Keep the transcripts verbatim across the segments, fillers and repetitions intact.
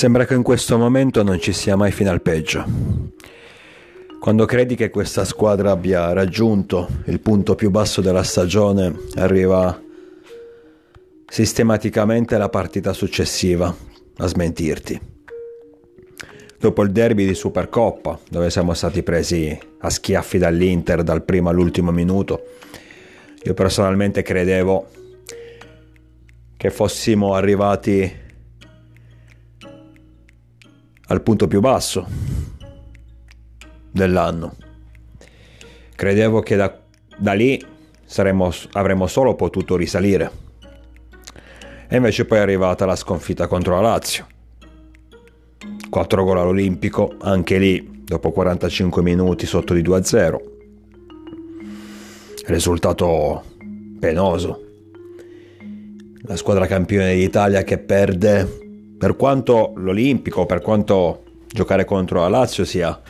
Sembra che in questo momento non ci sia mai fine al peggio. Quando credi che questa squadra abbia raggiunto il punto più basso della stagione, arriva sistematicamente la partita successiva a smentirti. Dopo il derby di Supercoppa, dove siamo stati presi a schiaffi dall'Inter dal primo all'ultimo minuto, io personalmente credevo che fossimo arrivati al punto più basso dell'anno. Credevo che da, da lì saremmo, avremmo solo potuto risalire. E invece poi è arrivata la sconfitta contro la Lazio. quattro gol all'Olimpico, anche lì dopo quarantacinque minuti sotto di due a zero. Risultato penoso. La squadra campione d'Italia che perde, per quanto l'Olimpico, per quanto giocare contro la Lazio sia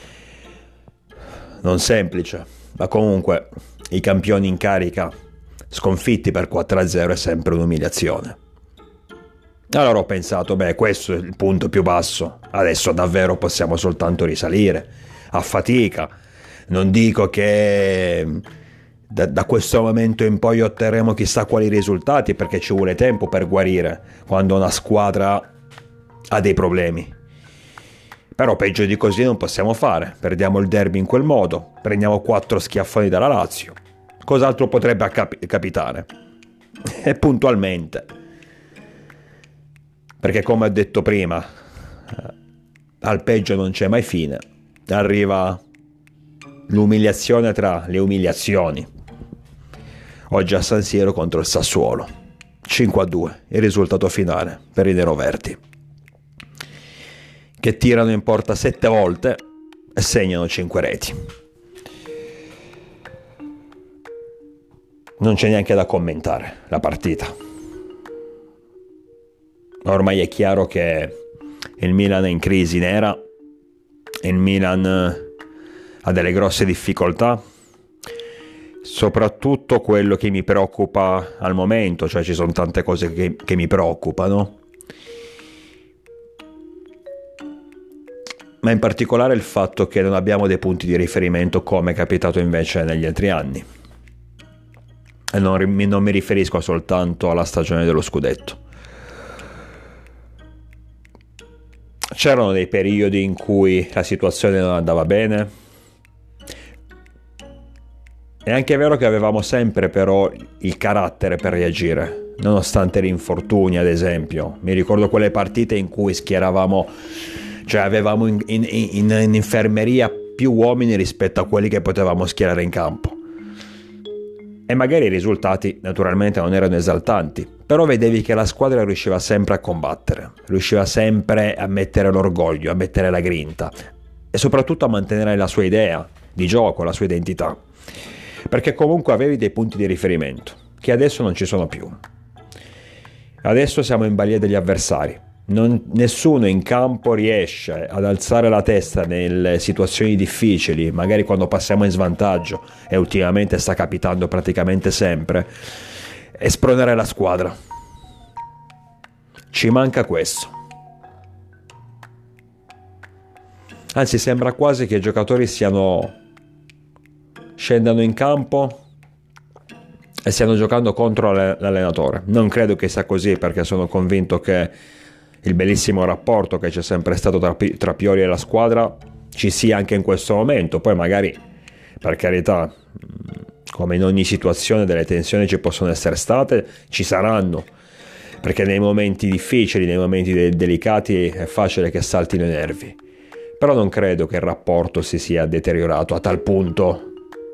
non semplice, ma comunque i campioni in carica sconfitti per quattro a zero è sempre un'umiliazione. Allora ho pensato, beh, questo è il punto più basso, adesso davvero possiamo soltanto risalire, a fatica. Non dico che da, da questo momento in poi otterremo chissà quali risultati, perché ci vuole tempo per guarire quando una squadra ha dei problemi. Però peggio di così non possiamo fare. Perdiamo il derby in quel modo, prendiamo quattro schiaffoni dalla Lazio. Cos'altro potrebbe accap- capitare? E puntualmente. Perché come ho detto prima, eh, al peggio non c'è mai fine. Arriva l'umiliazione tra le umiliazioni. Oggi a San Siro contro il Sassuolo. cinque a due, il risultato finale per i neroverdi, che tirano in porta sette volte e segnano cinque reti. Non c'è neanche da commentare la partita. Ormai è chiaro che il Milan è in crisi nera, il Milan ha delle grosse difficoltà, soprattutto quello che mi preoccupa al momento, cioè ci sono tante cose che, che mi preoccupano, ma in particolare il fatto che non abbiamo dei punti di riferimento come è capitato invece negli altri anni. E non, non mi riferisco soltanto alla stagione dello scudetto. C'erano dei periodi in cui la situazione non andava bene. È anche vero che avevamo sempre però il carattere per reagire, nonostante gli infortuni, ad esempio. Mi ricordo quelle partite in cui schieravamo, cioè avevamo in, in, in, in infermeria più uomini rispetto a quelli che potevamo schierare in campo. E magari i risultati naturalmente non erano esaltanti, però vedevi che la squadra riusciva sempre a combattere, riusciva sempre a mettere l'orgoglio, a mettere la grinta e soprattutto a mantenere la sua idea di gioco, la sua identità, perché comunque avevi dei punti di riferimento che adesso non ci sono più. Adesso siamo in balia degli avversari. Non, nessuno in campo riesce ad alzare la testa nelle situazioni difficili, magari quando passiamo in svantaggio, e ultimamente sta capitando praticamente sempre, e spronare la squadra. Ci manca questo. Anzi, sembra quasi che i giocatori siano scendano in campo e stiano giocando contro l'allenatore. Non credo che sia così, perché sono convinto che il bellissimo rapporto che c'è sempre stato tra, tra Pioli e la squadra ci sia anche in questo momento. Poi magari, per carità, come in ogni situazione delle tensioni ci possono essere state, ci saranno, perché nei momenti difficili, nei momenti de- delicati è facile che saltino i nervi. Però non credo che il rapporto si sia deteriorato a tal punto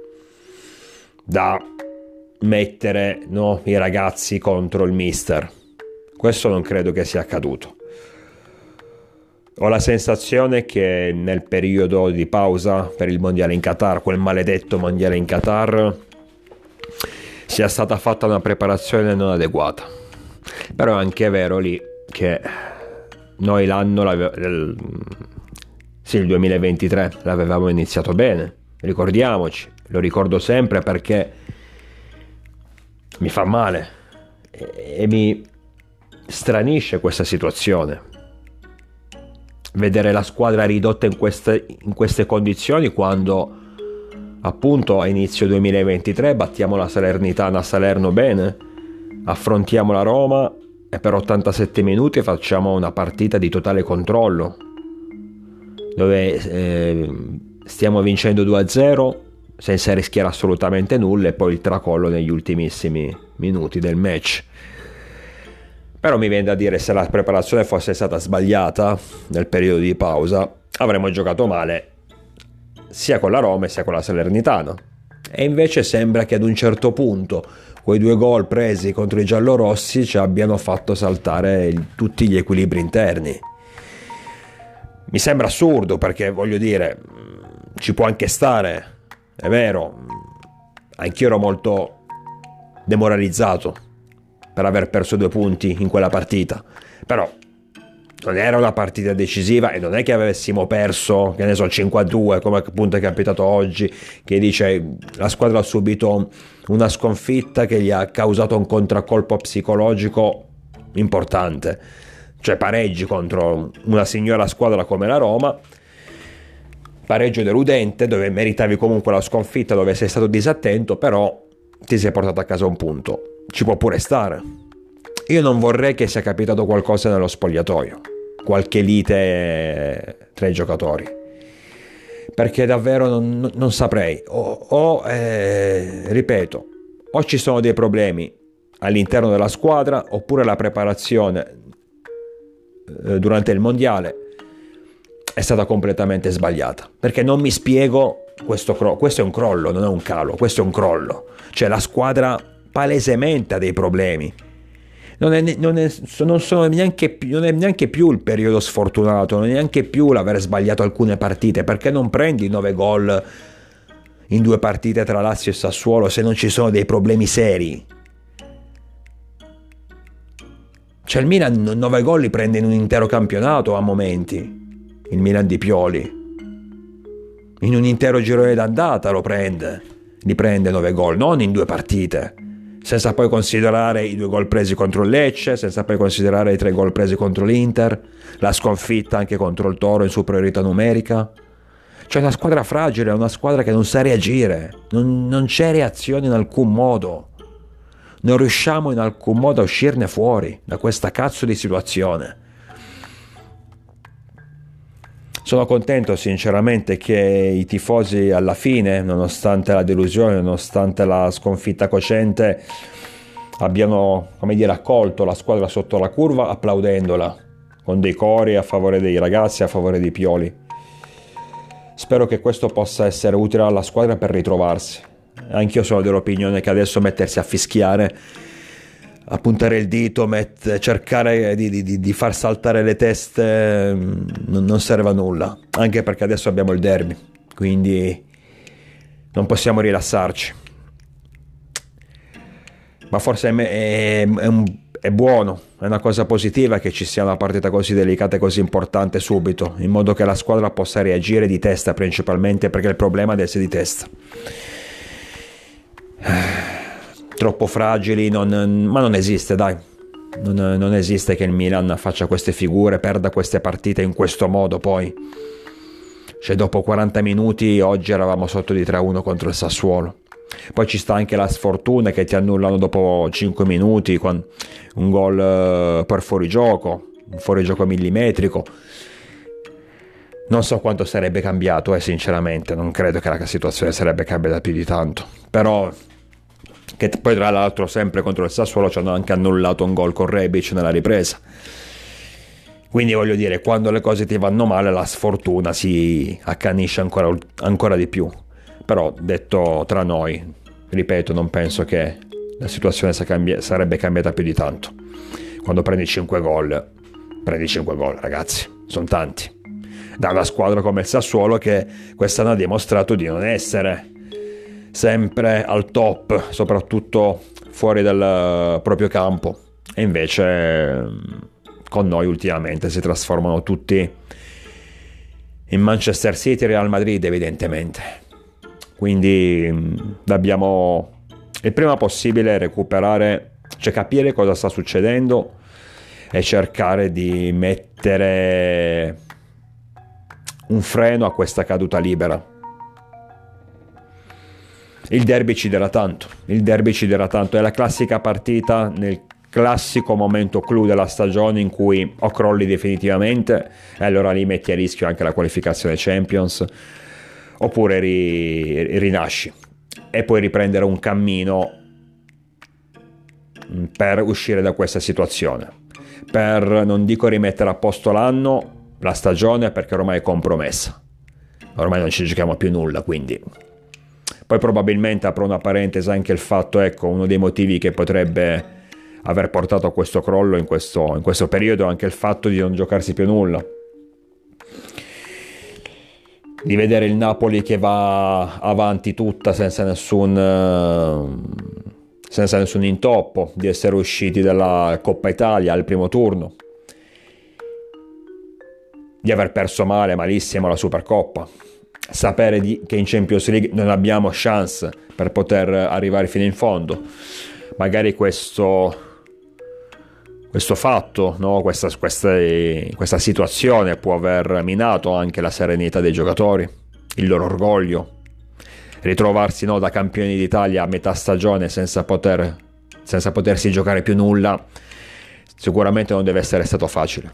da mettere, no, i ragazzi contro il mister. Questo non credo che sia accaduto. Ho la sensazione che nel periodo di pausa per il mondiale in Qatar, quel maledetto mondiale in Qatar, sia stata fatta una preparazione non adeguata. Però è anche vero lì che noi l'anno, il, sì, il duemilaventitré l'avevamo iniziato bene, ricordiamoci, lo ricordo sempre perché mi fa male e, e mi stranisce questa situazione. vedere la squadra ridotta in queste, in queste condizioni quando appunto a inizio duemilaventitré battiamo la Salernitana a Salerno bene, affrontiamo la Roma e per ottantasette minuti facciamo una partita di totale controllo dove eh, stiamo vincendo due a zero senza rischiare assolutamente nulla e poi il tracollo negli ultimissimi minuti del match. Però mi viene da dire, se la preparazione fosse stata sbagliata nel periodo di pausa avremmo giocato male sia con la Roma sia con la Salernitana, e invece sembra che ad un certo punto quei due gol presi contro i giallorossi ci abbiano fatto saltare il, tutti gli equilibri interni. Mi sembra assurdo, perché voglio dire, ci può anche stare, è vero, anch'io ero molto demoralizzato per aver perso due punti in quella partita, però non era una partita decisiva e non è che avessimo perso, che ne so, cinque a due come appunto è capitato oggi, che dice la squadra ha subito una sconfitta che gli ha causato un contraccolpo psicologico importante, cioè pareggi contro una signora squadra come la Roma, pareggio deludente dove meritavi comunque la sconfitta, dove sei stato disattento, però ti sei portato a casa un punto, ci può pure stare. Io non vorrei che sia capitato qualcosa nello spogliatoio, qualche lite tra i giocatori, perché davvero non, non saprei, o, o eh, ripeto, o ci sono dei problemi all'interno della squadra, oppure la preparazione eh, durante il mondiale è stata completamente sbagliata, perché non mi spiego questo, cro- questo è un crollo, non è un calo, questo è un crollo, cioè la squadra palesemente ha dei problemi. Non è, non, è, non, sono neanche più, non è neanche più il periodo sfortunato, non è neanche più l'aver sbagliato alcune partite, perché non prendi nove gol in due partite tra Lazio e Sassuolo se non ci sono dei problemi seri. Cioè il Milan nove gol li prende in un intero campionato a momenti, il Milan di Pioli, in un intero girone d'andata lo prende, li prende nove gol, non in due partite. Senza poi considerare i due gol presi contro il Lecce, senza poi considerare i tre gol presi contro l'Inter, la sconfitta anche contro il Toro in superiorità numerica. C'è una squadra fragile, una squadra che non sa reagire, non, non c'è reazione in alcun modo. Non riusciamo in alcun modo a uscirne fuori da questa cazzo di situazione. Sono contento sinceramente che i tifosi alla fine, nonostante la delusione, nonostante la sconfitta cocente, abbiano, come dire, accolto la squadra sotto la curva applaudendola, con dei cori a favore dei ragazzi, a favore di Pioli. Spero che questo possa essere utile alla squadra per ritrovarsi. Anch'io sono dell'opinione che adesso mettersi a fischiare, a puntare il dito, met- cercare di, di, di far saltare le teste non, non serve a nulla, anche perché adesso abbiamo il derby, quindi non possiamo rilassarci. Ma forse è, è, è, un, è buono, è una cosa positiva che ci sia una partita così delicata e così importante subito, in modo che la squadra possa reagire di testa principalmente, perché il problema è essere di testa. Troppo fragili, non, ma non esiste, dai, non, non esiste che il Milan faccia queste figure, perda queste partite in questo modo. Poi, cioè, dopo quaranta minuti oggi eravamo sotto di tre a uno contro il Sassuolo, poi ci sta anche la sfortuna che ti annullano dopo cinque minuti con un gol per fuorigioco, un fuorigioco millimetrico. Non so quanto sarebbe cambiato, eh, sinceramente non credo che la situazione sarebbe cambiata più di tanto, però che poi tra l'altro sempre contro il Sassuolo ci hanno anche annullato un gol con Rebic nella ripresa, quindi voglio dire, quando le cose ti vanno male la sfortuna si accanisce ancora, ancora di più. Però detto tra noi, ripeto, non penso che la situazione sarebbe cambiata più di tanto. Quando prendi cinque gol, prendi cinque gol, ragazzi, sono tanti, da una squadra come il Sassuolo che quest'anno ha dimostrato di non essere sempre al top, soprattutto fuori dal proprio campo, e invece con noi ultimamente si trasformano tutti in Manchester City e Real Madrid, evidentemente. Quindi dobbiamo il prima possibile recuperare, cioè capire cosa sta succedendo e cercare di mettere un freno a questa caduta libera. Il derby ci darà tanto, il derby ci darà tanto, è la classica partita nel classico momento clou della stagione in cui o crolli definitivamente e allora lì metti a rischio anche la qualificazione Champions, oppure ri, rinasci e puoi riprendere un cammino per uscire da questa situazione, per, non dico rimettere a posto l'anno, la stagione, perché ormai è compromessa, ormai non ci giochiamo più nulla. Quindi poi probabilmente, apro una parentesi, anche il fatto, ecco, uno dei motivi che potrebbe aver portato a questo crollo in questo, in questo periodo, anche il fatto di non giocarsi più nulla, di vedere il Napoli che va avanti tutta senza nessun senza nessun intoppo, di essere usciti dalla Coppa Italia al primo turno, di aver perso male, malissimo la Supercoppa, sapere di, che in Champions League non abbiamo chance per poter arrivare fino in fondo. Magari questo questo fatto, no? questa, questa, questa situazione può aver minato anche la serenità dei giocatori, il loro orgoglio. Ritrovarsi, no, da campioni d'Italia a metà stagione senza poter senza potersi giocare più nulla, sicuramente non deve essere stato facile.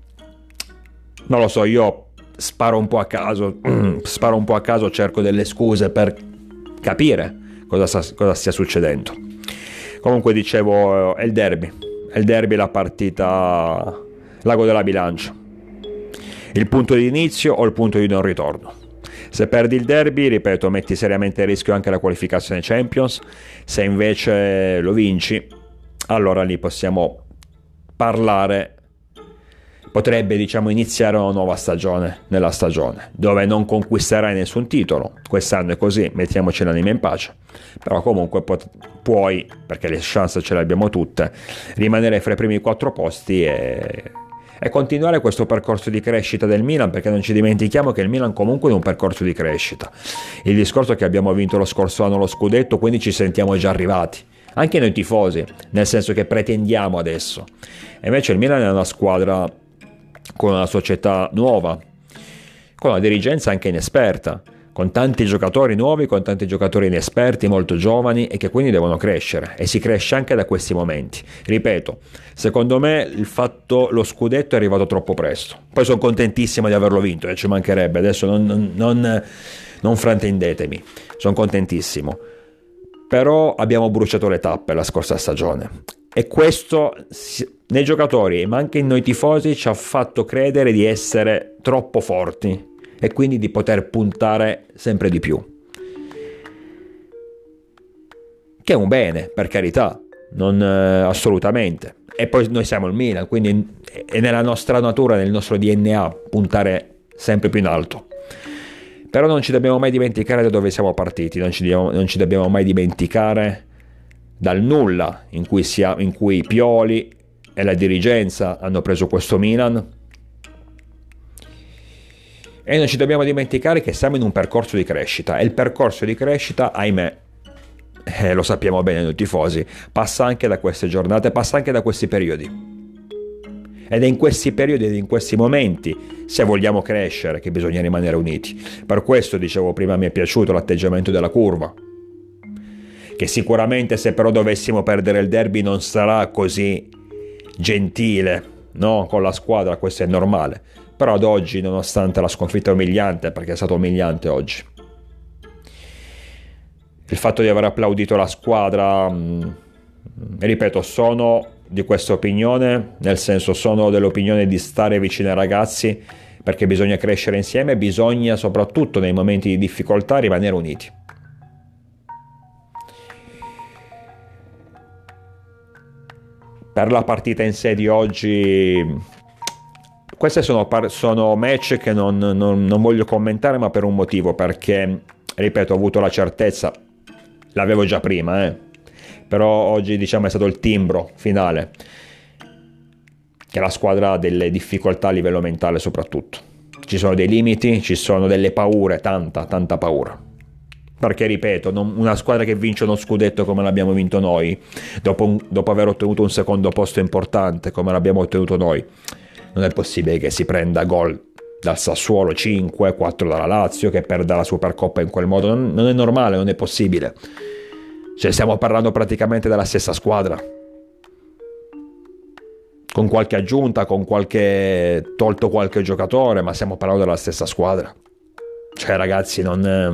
Non lo so, io sparo un po' a caso sparo un po' a caso, cerco delle scuse per capire cosa, cosa stia succedendo. Comunque dicevo, è il derby è il derby, la partita, l'ago della bilancia, il punto di inizio o il punto di non ritorno. Se perdi il derby, ripeto, metti seriamente a rischio anche la qualificazione Champions. Se invece lo vinci, allora lì possiamo parlare, potrebbe, diciamo, iniziare una nuova stagione nella stagione, dove non conquisterai nessun titolo. Quest'anno è così, mettiamoci l'anima in pace, però comunque pot- puoi, perché le chance ce le abbiamo tutte, rimanere fra i primi quattro posti e... e continuare questo percorso di crescita del Milan, perché non ci dimentichiamo che il Milan comunque è un percorso di crescita. Il discorso è che abbiamo vinto lo scorso anno lo scudetto, quindi ci sentiamo già arrivati, anche noi tifosi, nel senso che pretendiamo adesso. E invece il Milan è una squadra con una società nuova, con una dirigenza anche inesperta, con tanti giocatori nuovi, con tanti giocatori inesperti, molto giovani, e che quindi devono crescere, e si cresce anche da questi momenti. Ripeto, secondo me il fatto, lo scudetto è arrivato troppo presto. Poi sono contentissimo di averlo vinto, e ci mancherebbe, adesso non, non, non, non fraintendetemi, sono contentissimo, però abbiamo bruciato le tappe la scorsa stagione, e questo nei giocatori ma anche in noi tifosi ci ha fatto credere di essere troppo forti e quindi di poter puntare sempre di più, che è un bene, per carità, non eh, assolutamente. E poi noi siamo il Milan, quindi è nella nostra natura, nel nostro D N A puntare sempre più in alto. Però non ci dobbiamo mai dimenticare da dove siamo partiti, non ci dobbiamo, non ci dobbiamo mai dimenticare dal nulla in cui, sia, in cui Pioli e la dirigenza hanno preso questo Milan. E non ci dobbiamo dimenticare che siamo in un percorso di crescita, e il percorso di crescita, ahimè, eh, lo sappiamo bene noi tifosi, passa anche da queste giornate, passa anche da questi periodi. Ed è in questi periodi ed in questi momenti, se vogliamo crescere, che bisogna rimanere uniti. Per questo, dicevo prima, mi è piaciuto l'atteggiamento della curva, che sicuramente, se però dovessimo perdere il derby, non sarà così gentile, no, con la squadra, questo è normale. Però ad oggi, nonostante la sconfitta umiliante, perché è stato umiliante oggi, il fatto di aver applaudito la squadra, mh, ripeto, sono di questa opinione, nel senso, sono dell'opinione di stare vicino ai ragazzi, perché bisogna crescere insieme, bisogna soprattutto nei momenti di difficoltà rimanere uniti. Per la partita in sé di oggi, queste sono, par- sono match che non, non, non voglio commentare, ma per un motivo, perché, ripeto, ho avuto la certezza, l'avevo già prima, eh, però oggi, diciamo, è stato il timbro finale, che la squadra ha delle difficoltà a livello mentale soprattutto. Ci sono dei limiti, ci sono delle paure, tanta, tanta paura. Perché, ripeto, non, una squadra che vince uno scudetto come l'abbiamo vinto noi, dopo, un, dopo aver ottenuto un secondo posto importante come l'abbiamo ottenuto noi, non è possibile che si prenda gol dal Sassuolo cinque, quattro dalla Lazio, che perda la Supercoppa in quel modo. Non, non è normale, non è possibile. Cioè, stiamo parlando praticamente della stessa squadra, con qualche aggiunta, con qualche tolto qualche giocatore, ma stiamo parlando della stessa squadra. Cioè, ragazzi, non è,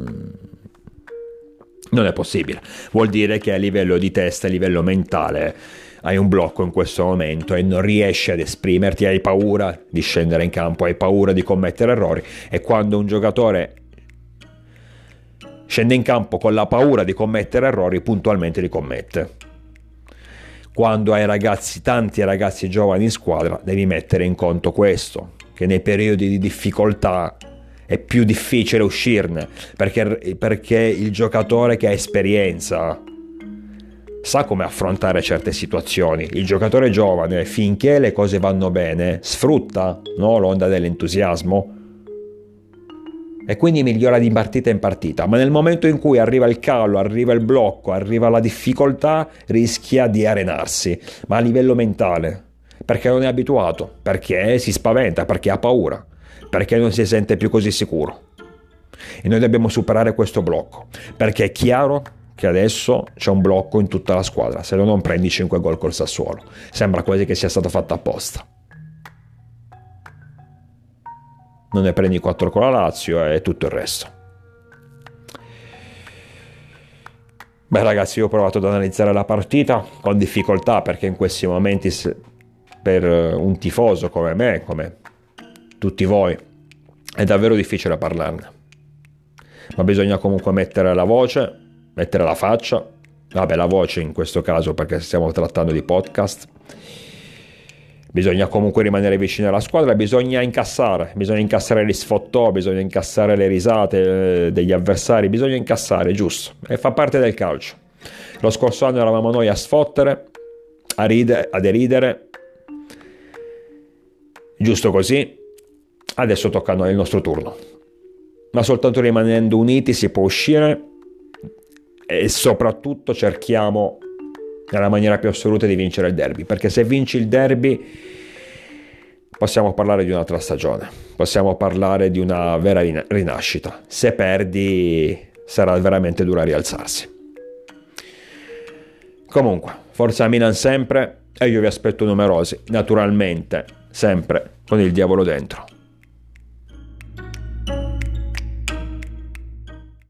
non è possibile. Vuol dire che a livello di testa, a livello mentale, hai un blocco in questo momento e non riesci ad esprimerti, hai paura di scendere in campo, hai paura di commettere errori, e quando un giocatore scende in campo con la paura di commettere errori, puntualmente li commette. Quando hai ragazzi, tanti ragazzi giovani in squadra, devi mettere in conto questo, che nei periodi di difficoltà è più difficile uscirne, perché, perché il giocatore che ha esperienza sa come affrontare certe situazioni. Il giocatore giovane, finché le cose vanno bene, sfrutta, no, l'onda dell'entusiasmo, e quindi migliora di partita in partita. Ma nel momento in cui arriva il calo, arriva il blocco, arriva la difficoltà, rischia di arenarsi, ma a livello mentale, perché non è abituato, perché si spaventa, perché ha paura, perché non si sente più così sicuro. E noi dobbiamo superare questo blocco, perché è chiaro che adesso c'è un blocco in tutta la squadra. Se no non prendi cinque gol col Sassuolo, sembra quasi che sia stato fatto apposta. Non ne prendi quattro con la Lazio e tutto il resto. Beh, ragazzi, io ho provato ad analizzare la partita con difficoltà, perché in questi momenti, per un tifoso come me, come tutti voi, è davvero difficile parlarne. Ma bisogna comunque mettere la voce, mettere la faccia, vabbè, la voce in questo caso perché stiamo trattando di podcast. Bisogna comunque rimanere vicini alla squadra, bisogna incassare, bisogna incassare gli sfottò, bisogna incassare le risate degli avversari, bisogna incassare, giusto, e fa parte del calcio. Lo scorso anno eravamo noi a sfottere, a ridere, a deridere, giusto così, adesso tocca a noi il nostro turno. Ma soltanto rimanendo uniti si può uscire, e soprattutto cerchiamo nella maniera più assoluta di vincere il derby, perché se vinci il derby possiamo parlare di un'altra stagione, possiamo parlare di una vera rinascita. Se perdi sarà veramente dura rialzarsi. Comunque, forza Milan sempre, e io vi aspetto numerosi, naturalmente sempre con il diavolo dentro.